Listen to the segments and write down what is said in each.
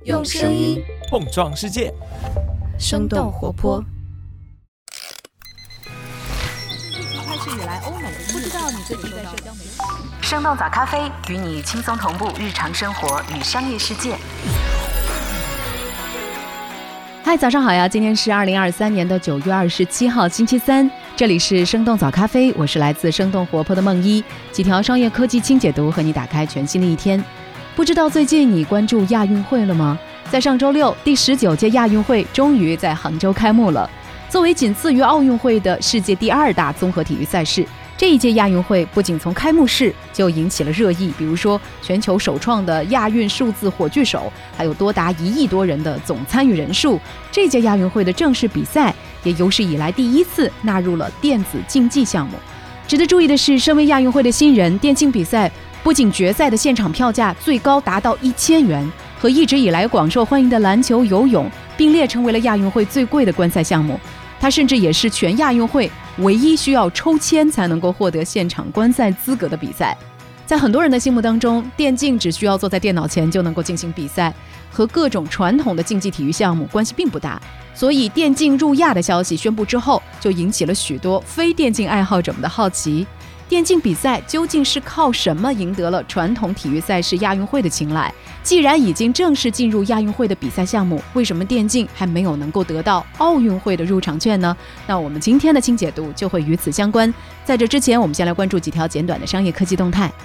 用声音碰撞世界， 生动活泼。 疫情开始以来，欧美不知道你最近在社交媒体。 生动早咖啡与你轻松同步日常生活与商业世界。 嗨，早上好呀！今天是2023年的9月27号，星期三。这里是生动早咖啡，我是来自生动活泼的梦一，几条商业科技轻解读，和你打开全新的一天。不知道最近你关注亚运会了吗？在上周六，第19届亚运会终于在杭州开幕了。作为仅次于奥运会的世界第2大综合体育赛事，这一届亚运会不仅从开幕式就引起了热议，比如说全球首创的亚运数字火炬手，还有多达1亿多人的总参与人数。这届亚运会的正式比赛也有史以来第一次纳入了电子竞技项目。值得注意的是，身为亚运会的新人，电竞比赛不仅决赛的现场票价最高达到1000元，和一直以来广受欢迎的篮球、游泳并列成为了亚运会最贵的观赛项目。它甚至也是全亚运会唯一需要抽签才能够获得现场观赛资格的比赛。在很多人的心目当中，电竞只需要坐在电脑前就能够进行比赛，和各种传统的竞技体育项目关系并不大。所以电竞入亚的消息宣布之后，就引起了许多非电竞爱好者们的好奇。电竞比赛究竟是靠什么赢得了传统体育赛事亚运会的青睐？既然已经正式进入亚运会的比赛项目，为什么电竞还没有能够得到奥运会的入场券呢？那我们今天的轻解读就会与此相关。在这之前，我们先来关注几条简短的商业科技动态。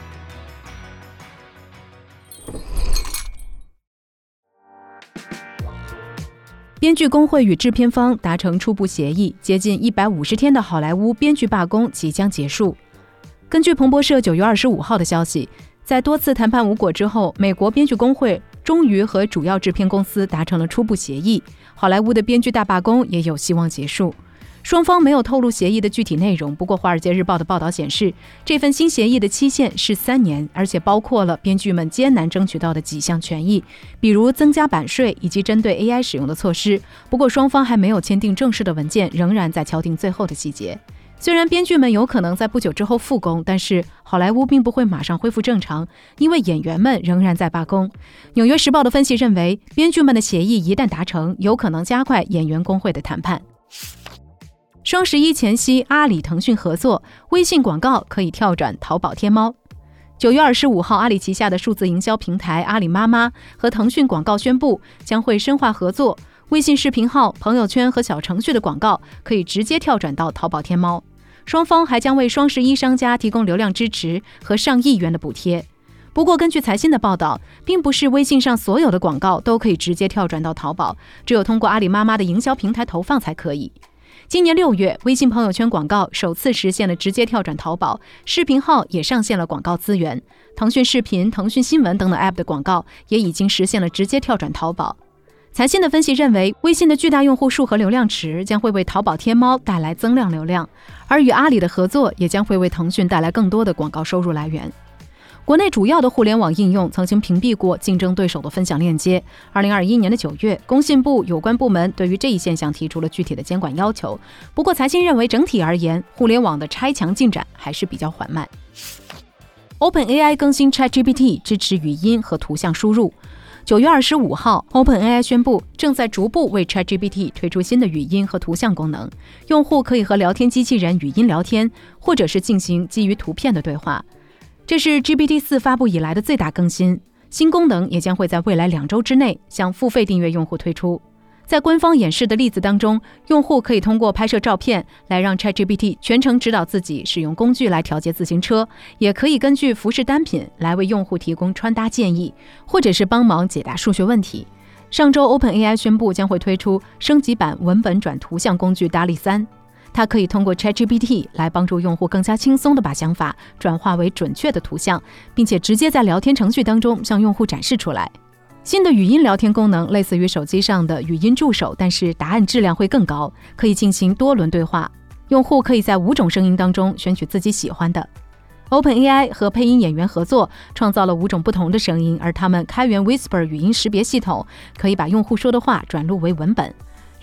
编剧工会与制片方达成初步协议，接近150天的好莱坞编剧罢工即将结束。根据彭博社9月25号的消息，在多次谈判无果之后，美国编剧工会终于和主要制片公司达成了初步协议，好莱坞的编剧大罢工也有希望结束。双方没有透露协议的具体内容，不过《华尔街日报》的报道显示，这份新协议的期限是3年，而且包括了编剧们艰难争取到的几项权益，比如增加版税以及针对 AI 使用的措施。不过双方还没有签订正式的文件，仍然在敲定最后的细节。虽然编剧们有可能在不久之后复工，但是好莱坞并不会马上恢复正常，因为演员们仍然在罢工。纽约时报的分析认为，编剧们的协议一旦达成，有可能加快演员工会的谈判。双11前夕，阿里腾讯合作，微信广告可以跳转淘宝天猫。9月25号，阿里旗下的数字营销平台阿里妈妈和腾讯广告宣布将会深化合作，微信视频号、朋友圈和小程序的广告可以直接跳转到淘宝天猫。双方还将为双11商家提供流量支持和上亿元的补贴。不过根据财新的报道，并不是微信上所有的广告都可以直接跳转到淘宝，只有通过阿里妈妈的营销平台投放才可以。今年6月，微信朋友圈广告首次实现了直接跳转淘宝，视频号也上线了广告资源，腾讯视频、腾讯新闻等等 App 的广告也已经实现了直接跳转淘宝。财新的分析认为，微信的巨大用户数和流量池将会为淘宝天猫带来增量流量，而与阿里的合作也将会为腾讯带来更多的广告收入来源。国内主要的互联网应用曾经屏蔽过竞争对手的分享链接。2021年的9月，工信部有关部门对于这一现象提出了具体的监管要求。不过财新认为，整体而言，互联网的拆墙进展还是比较缓慢。OpenAI 更新 ChatGPT 支持语音和图像输入。9月25号 ，OpenAI 宣布正在逐步为 ChatGPT 推出新的语音和图像功能，用户可以和聊天机器人语音聊天，或者是进行基于图片的对话。这是 GPT-4 发布以来的最大更新，新功能也将会在未来2周之内向付费订阅用户推出。在官方演示的例子当中，用户可以通过拍摄照片来让 ChatGPT 全程指导自己使用工具来调节自行车，也可以根据服饰单品来为用户提供穿搭建议，或者是帮忙解答数学问题。上周 OpenAI 宣布将会推出升级版文本转图像工具 DALL-E 3，它可以通过 ChatGPT 来帮助用户更加轻松地把想法转化为准确的图像，并且直接在聊天程序当中向用户展示出来。新的语音聊天功能类似于手机上的语音助手，但是答案质量会更高，可以进行多轮对话。用户可以在5种声音当中选取自己喜欢的。OpenAI 和配音演员合作，创造了5种不同的声音，而他们开源 Whisper 语音识别系统可以把用户说的话转录为文本。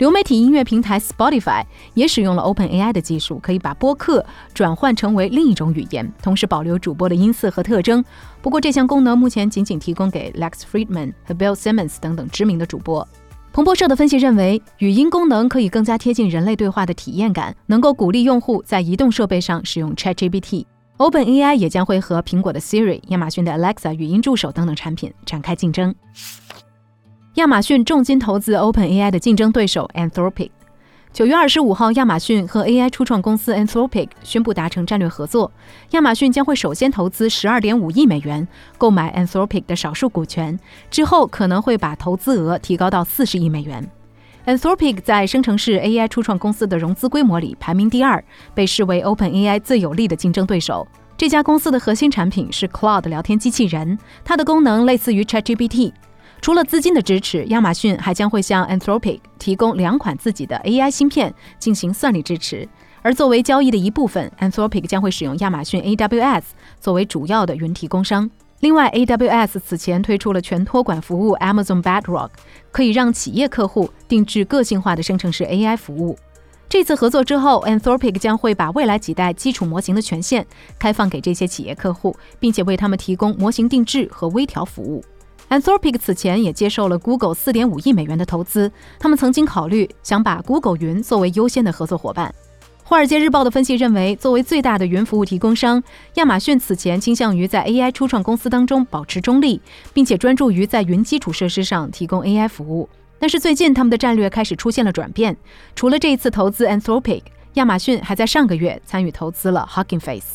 流媒体音乐平台 Spotify 也使用了 OpenAI 的技术，可以把播客转换成为另一种语言，同时保留主播的音色和特征。不过这项功能目前仅仅提供给 Lex Fridman 和 Bill Simmons 等等知名的主播。彭博社的分析认为，语音功能可以更加贴近人类对话的体验感，能够鼓励用户在移动设备上使用 ChatGPT。OpenAI 也将会和苹果的 Siri、亚马逊的 Alexa 语音助手等等产品展开竞争。亚马逊重金投资 OpenAI 的竞争对手 Anthropic。9月25号，亚马逊和 AI 初创公司 Anthropic 宣布达成战略合作。亚马逊将会首先投资12.5亿美元购买 Anthropic 的少数股权，之后可能会把投资额提高到40亿美元。Anthropic 在生成式 AI 初创公司的融资规模里排名第2，被视为 OpenAI 最有力的竞争对手。这家公司的核心产品是 Claude 聊天机器人，它的功能类似于 ChatGPT。除了资金的支持，亚马逊还将会向 Anthropic 提供2款自己的 AI 芯片进行算力支持。而作为交易的一部分， Anthropic 将会使用亚马逊 AWS 作为主要的云提供商。另外 AWS 此前推出了全托管服务 Amazon Bedrock， 可以让企业客户定制个性化的生成式 AI 服务。这次合作之后， Anthropic 将会把未来几代基础模型的权限开放给这些企业客户，并且为他们提供模型定制和微调服务。Anthropic 此前也接受了 Google 4.5亿美元的投资，他们曾经考虑想把 Google 云作为优先的合作伙伴。华尔街日报的分析认为，作为最大的云服务提供商，亚马逊此前倾向于在 AI 初创公司当中保持中立，并且专注于在云基础设施上提供 AI 服务。但是最近他们的战略开始出现了转变，除了这一次投资 Anthropic， 亚马逊还在上个月参与投资了 Hugging Face。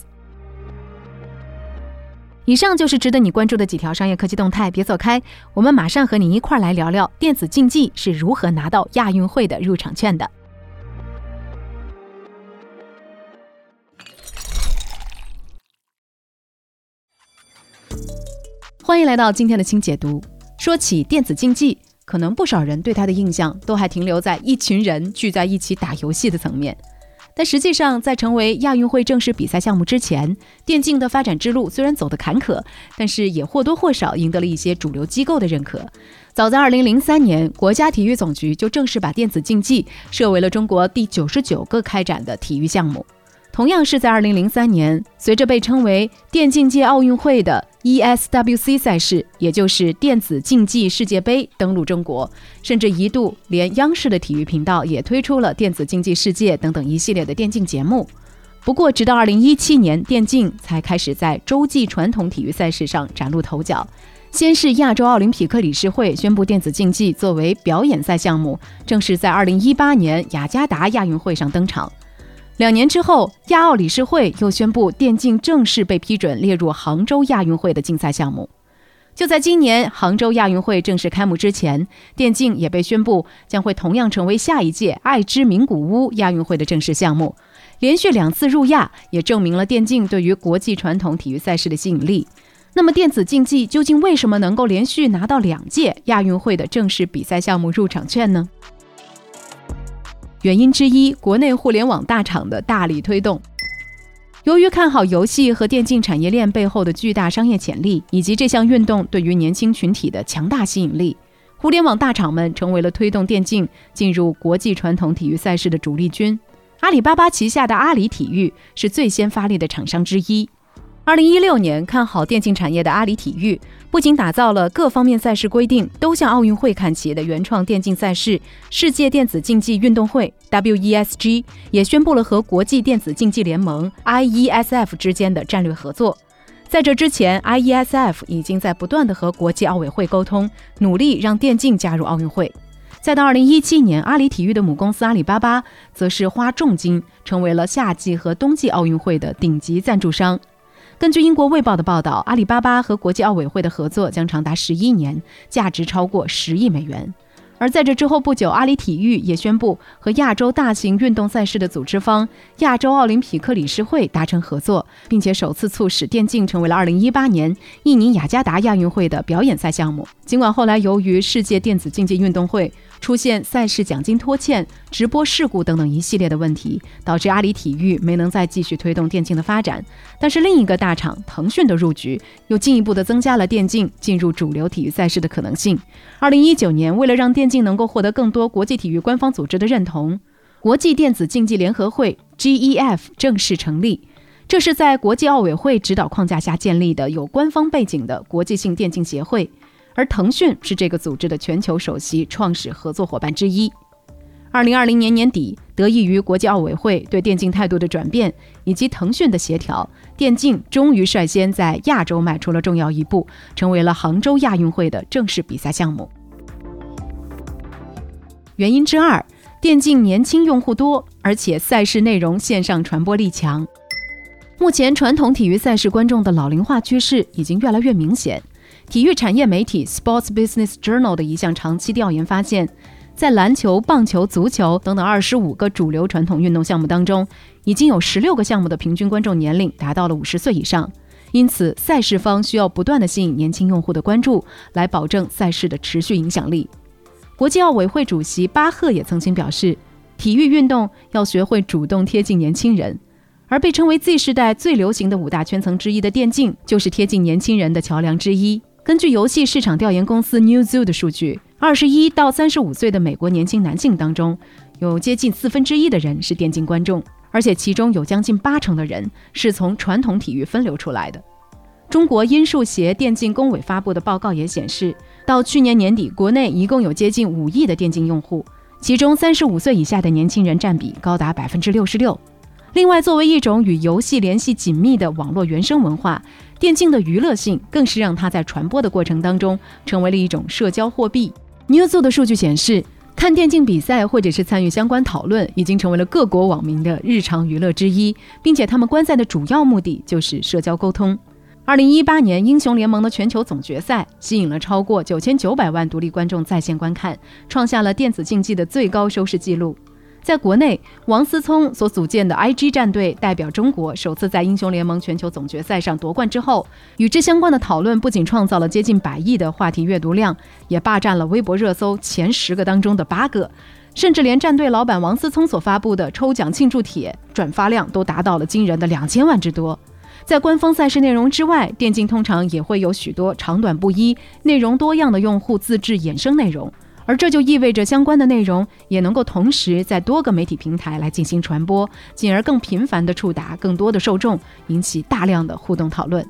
以上就是值得你关注的几条商业科技动态，别走开，我们马上和你一块来聊聊电子竞技是如何拿到亚运会的入场券的。欢迎来到今天的轻解读。说起电子竞技，可能不少人对它的印象都还停留在一群人聚在一起打游戏的层面。但实际上，在成为亚运会正式比赛项目之前，电竞的发展之路虽然走得坎坷，但是也或多或少赢得了一些主流机构的认可。早在2003年，国家体育总局就正式把电子竞技设为了中国第99个开展的体育项目。同样是在2003年，随着被称为电竞界奥运会的 ESWC 赛事，也就是电子竞技世界杯登陆中国，甚至一度连央视的体育频道也推出了电子竞技世界等等一系列的电竞节目。不过直到2017年，电竞才开始在洲际传统体育赛事上崭露头角。先是亚洲奥林匹克理事会宣布电子竞技作为表演赛项目，正是在2018年雅加达亚运会上登场。2年之后，亚奥理事会又宣布电竞正式被批准列入杭州亚运会的竞赛项目。就在今年杭州亚运会正式开幕之前，电竞也被宣布将会同样成为下一届爱知名古屋亚运会的正式项目。连续2次入亚，也证明了电竞对于国际传统体育赛事的吸引力。那么电子竞技究竟为什么能够连续拿到2届亚运会的正式比赛项目入场券呢？原因之一，国内互联网大厂的大力推动。由于看好游戏和电竞产业链背后的巨大商业潜力，以及这项运动对于年轻群体的强大吸引力，互联网大厂们成为了推动电竞进入国际传统体育赛事的主力军。阿里巴巴旗下的阿里体育是最先发力的厂商之一。2016年，看好电竞产业的阿里体育不仅打造了各方面赛事规定都向奥运会看齐的原创电竞赛事世界电子竞技运动会 WESG， 也宣布了和国际电子竞技联盟 IESF 之间的战略合作。在这之前， IESF 已经在不断地和国际奥委会沟通，努力让电竞加入奥运会。再到2017年，阿里体育的母公司阿里巴巴则是花重金成为了夏季和冬季奥运会的顶级赞助商。根据英国卫报的报道，阿里巴巴和国际奥委会的合作将长达11年，价值超过10亿美元。而在这之后不久，阿里体育也宣布和亚洲大型运动赛事的组织方亚洲奥林匹克理事会达成合作，并且首次促使电竞成为了2018年印尼雅加达亚运会的表演赛项目。尽管后来由于世界电子竞技运动会出现赛事奖金拖欠、直播事故等等一系列的问题，导致阿里体育没能再继续推动电竞的发展。但是另一个大厂腾讯的入局，又进一步的增加了电竞进入主流体育赛事的可能性。2019年，为了让电竞能够获得更多国际体育官方组织的认同，国际电子竞技联合会 GEF 正式成立。这是在国际奥委会指导框架下建立的有官方背景的国际性电竞协会，而腾讯是这个组织的全球首席创始合作伙伴之一。2020年年底，得益于国际奥委会对电竞态度的转变以及腾讯的协调，电竞终于率先在亚洲迈出了重要一步，成为了杭州亚运会的正式比赛项目。原因之二，电竞年轻用户多，而且赛事内容线上传播力强。目前传统体育赛事观众的老龄化趋势已经越来越明显。体育产业媒体 Sports Business Journal 的一项长期调研发现，在篮球、棒球、足球等等25个主流传统运动项目当中，已经有16个项目的平均观众年龄达到了50岁以上。因此，赛事方需要不断地吸引年轻用户的关注，来保证赛事的持续影响力。国际奥委会主席巴赫也曾经表示，体育运动要学会主动贴近年轻人。而被称为 Z 世代最流行的5大圈层之一的电竞，就是贴近年轻人的桥梁之一。根据游戏市场调研公司 Newzoo 的数据，21到35岁的美国年轻男性当中，有接近1/4的人是电竞观众，而且其中有将近80%的人是从传统体育分流出来的。中国音数协电竞工委发布的报告也显示，到去年年底，国内一共有接近5亿的电竞用户，其中35岁以下的年轻人占比高达 66%。另外，作为一种与游戏联系紧密的网络原生文化，电竞的娱乐性更是让它在传播的过程当中成为了一种社交货币。Newzoo 的数据显示，看电竞比赛或者是参与相关讨论已经成为了各国网民的日常娱乐之一，并且他们观赛的主要目的就是社交沟通。2018年英雄联盟的全球总决赛吸引了超过9900万独立观众在线观看，创下了电子竞技的最高收视纪录。在国内，王思聪所组建的 IG 战队代表中国首次在英雄联盟全球总决赛上夺冠之后，与之相关的讨论不仅创造了接近100亿的话题阅读量，也霸占了微博热搜前10个当中的8个，甚至连战队老板王思聪所发布的抽奖庆祝帖转发量都达到了惊人的2000万之多。在官方赛事内容之外，电竞通常也会有许多长短不一、内容多样的用户自制衍生内容，而这就意味着相关的内容也能够同时在多个媒体平台来进行传播，进而更频繁地触达更多的受众，引起大量的互动讨论。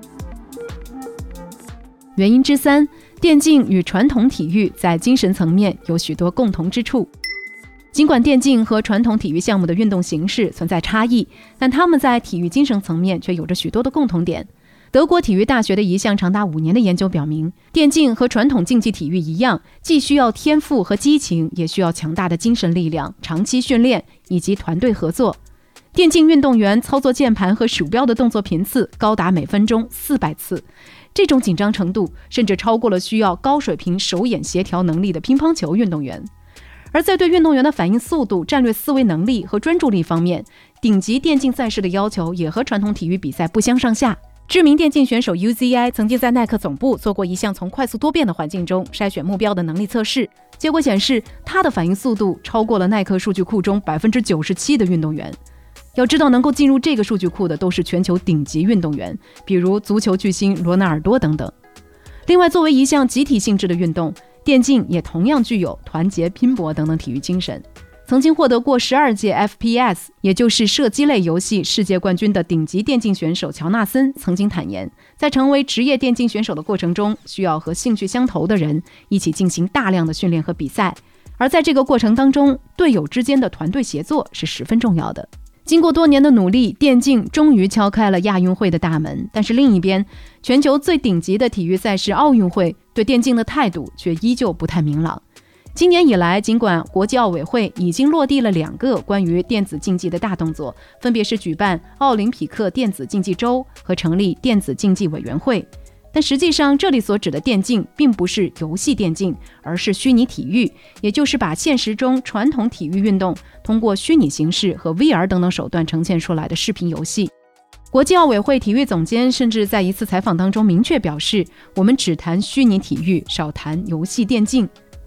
原因之三，电竞与传统体育在精神层面有许多共同之处。尽管电竞和传统体育项目的运动形式存在差异，但他们在体育精神层面却有着许多的共同点。德国体育大学的一项长达5年的研究表明，电竞和传统竞技体育一样，既需要天赋和激情，也需要强大的精神力量、长期训练以及团队合作。电竞运动员操作键盘和鼠标的动作频次高达每分钟400次，这种紧张程度甚至超过了需要高水平手眼协调能力的乒乓球运动员。而在对运动员的反应速度、战略思维能力和专注力方面，顶级电竞赛事的要求也和传统体育比赛不相上下。知名电竞选手 UZI 曾经在耐克总部做过一项从快速多变的环境中筛选目标的能力测试，结果显示他的反应速度超过了耐克数据库中 97% 的运动员。要知道，能够进入这个数据库的都是全球顶级运动员，比如足球巨星罗纳尔多等等。另外，作为一项集体性质的运动，电竞也同样具有团结、拼搏等等体育精神。曾经获得过12届 FPS， 也就是射击类游戏世界冠军的顶级电竞选手乔纳森曾经坦言，在成为职业电竞选手的过程中，需要和兴趣相投的人一起进行大量的训练和比赛，而在这个过程当中，队友之间的团队协作是十分重要的。经过多年的努力，电竞终于敲开了亚运会的大门，但是另一边，全球最顶级的体育赛事奥运会对电竞的态度却依旧不太明朗。今年以来，尽管国际奥委会已经落地了2个关于电子竞技的大动作，分别是举办奥林匹克电子竞技周和成立电子竞技委员会，但实际上这里所指的电竞并不是游戏电竞，而是虚拟体育，也就是把现实中传统体育运动通过虚拟形式和 VR 等等手段呈现出来的视频游戏。国际奥委会体育总监甚至在一次采访当中明确表示，我们只谈虚拟体育，少谈游戏电竞。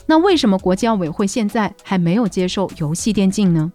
那为什么国际奥委会现在还没有接受游戏电竞呢？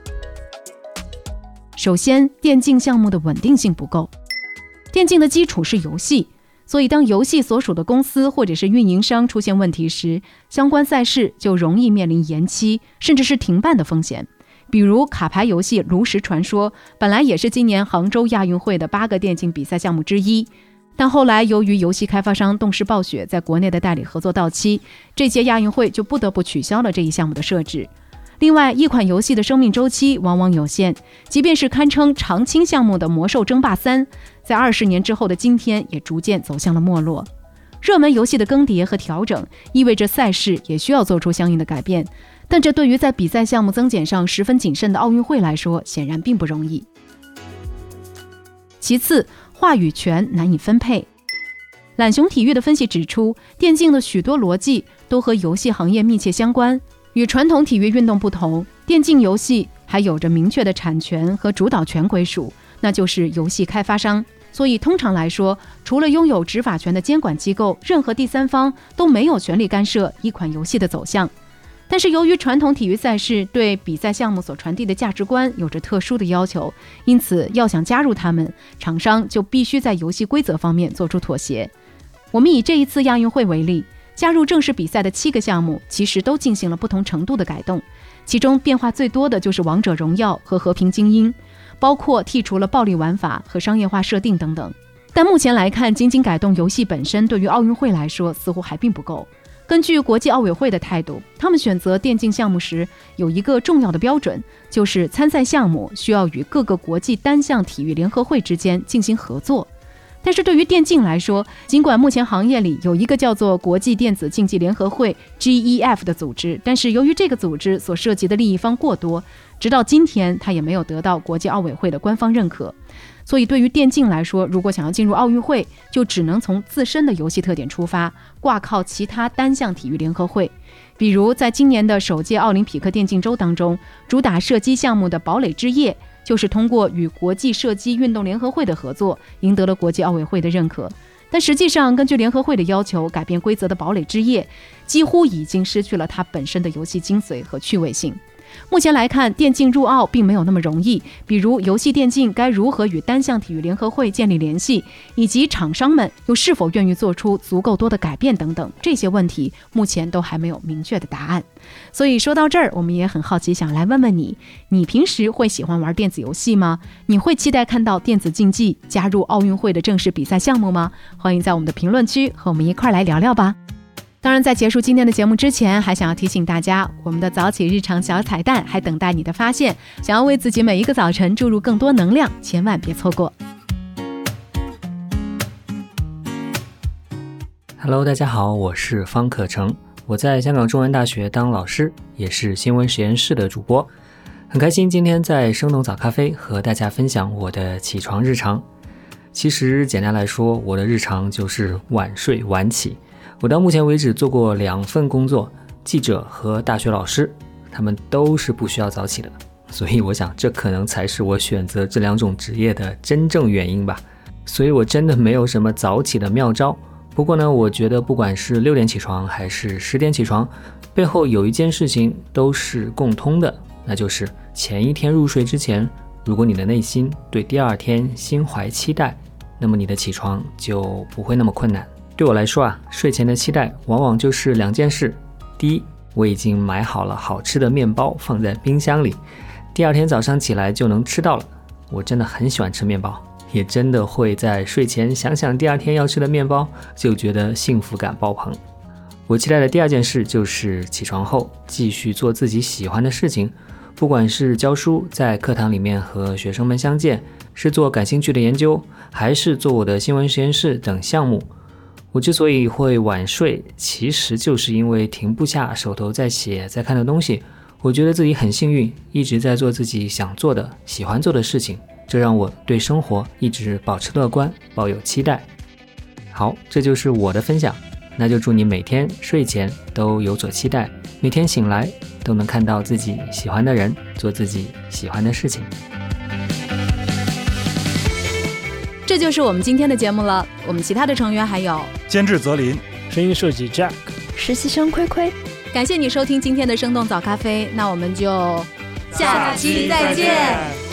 首先，电竞项目的稳定性不够。电竞的基础是游戏，所以当游戏所属的公司或者是运营商出现问题时，相关赛事就容易面临延期甚至是停办的风险。比如卡牌游戏炉石传说本来也是今年杭州亚运会的8个电竞比赛项目之一，但后来由于游戏开发商动视暴雪在国内的代理合作到期，这届亚运会就不得不取消了这一项目的设置。另外，一款游戏的生命周期往往有限，即便是堪称常青项目的魔兽争霸3，在20年之后的今天也逐渐走向了没落。热门游戏的更迭和调整意味着赛事也需要做出相应的改变，但这对于在比赛项目增减上十分谨慎的奥运会来说显然并不容易。其次，话语权难以分配。懒熊体育的分析指出，电竞的许多逻辑都和游戏行业密切相关。与传统体育运动不同，电竞游戏还有着明确的产权和主导权归属，那就是游戏开发商。所以通常来说，除了拥有执法权的监管机构，任何第三方都没有权利干涉一款游戏的走向。但是由于传统体育赛事对比赛项目所传递的价值观有着特殊的要求，因此要想加入他们，厂商就必须在游戏规则方面做出妥协。我们以这一次亚运会为例，加入正式比赛的7个项目其实都进行了不同程度的改动，其中变化最多的就是王者荣耀和和平精英，包括剔除了暴力玩法和商业化设定等等。但目前来看，仅仅改动游戏本身对于奥运会来说似乎还并不够。根据国际奥委会的态度，他们选择电竞项目时有一个重要的标准，就是参赛项目需要与各个国际单项体育联合会之间进行合作。但是对于电竞来说，尽管目前行业里有一个叫做国际电子竞技联合会 GEF 的组织，但是由于这个组织所涉及的利益方过多，直到今天它也没有得到国际奥委会的官方认可。所以对于电竞来说，如果想要进入奥运会，就只能从自身的游戏特点出发，挂靠其他单项体育联合会。比如在今年的首届奥林匹克电竞周当中，主打射击项目的堡垒之夜就是通过与国际射击运动联合会的合作，赢得了国际奥委会的认可。但实际上，根据联合会的要求，改变规则的堡垒之夜几乎已经失去了它本身的游戏精髓和趣味性。目前来看，电竞入奥并没有那么容易，比如游戏电竞该如何与单项体育联合会建立联系，以及厂商们又是否愿意做出足够多的改变等等，这些问题目前都还没有明确的答案。所以说到这儿，我们也很好奇，想来问问你，你平时会喜欢玩电子游戏吗？你会期待看到电子竞技加入奥运会的正式比赛项目吗？欢迎在我们的评论区和我们一块来聊聊吧。当然，在结束今天的节目之前，还想要提醒大家，我们的早起日常小彩蛋还等待你的发现。想要为自己每一个早晨注入更多能量，千万别错过。 Hello， 大家好，我是方可成，我在香港中文大学当老师，也是新闻实验室的主播。很开心今天在生动早咖啡和大家分享我的起床日常。其实简单来说，我的日常就是晚睡晚起。我到目前为止做过2份工作，记者和大学老师，他们都是不需要早起的，所以我想这可能才是我选择这2种职业的真正原因吧。所以我真的没有什么早起的妙招。不过呢，我觉得不管是6点起床还是10点起床，背后有一件事情都是共通的，那就是前一天入睡之前，如果你的内心对第2天心怀期待，那么你的起床就不会那么困难。对我来说啊，睡前的期待往往就是2件事。第一，我已经买好了好吃的面包放在冰箱里，第2天早上起来就能吃到了。我真的很喜欢吃面包，也真的会在睡前想想第2天要吃的面包，就觉得幸福感爆棚。我期待的第2件事就是起床后继续做自己喜欢的事情，不管是教书，在课堂里面和学生们相见，是做感兴趣的研究，还是做我的新闻实验室等项目。我之所以会晚睡，其实就是因为停不下手头在写在看的东西。我觉得自己很幸运，一直在做自己想做的喜欢做的事情，这让我对生活一直保持乐观，抱有期待。好，这就是我的分享，那就祝你每天睡前都有所期待，每天醒来都能看到自己喜欢的人，做自己喜欢的事情。 这就是我们今天的节目了。我们其他的成员还有监制泽林， 声音设计 Jack， 实习生亏亏， 感谢你收听今天的生动早咖啡，那我们就下期再见。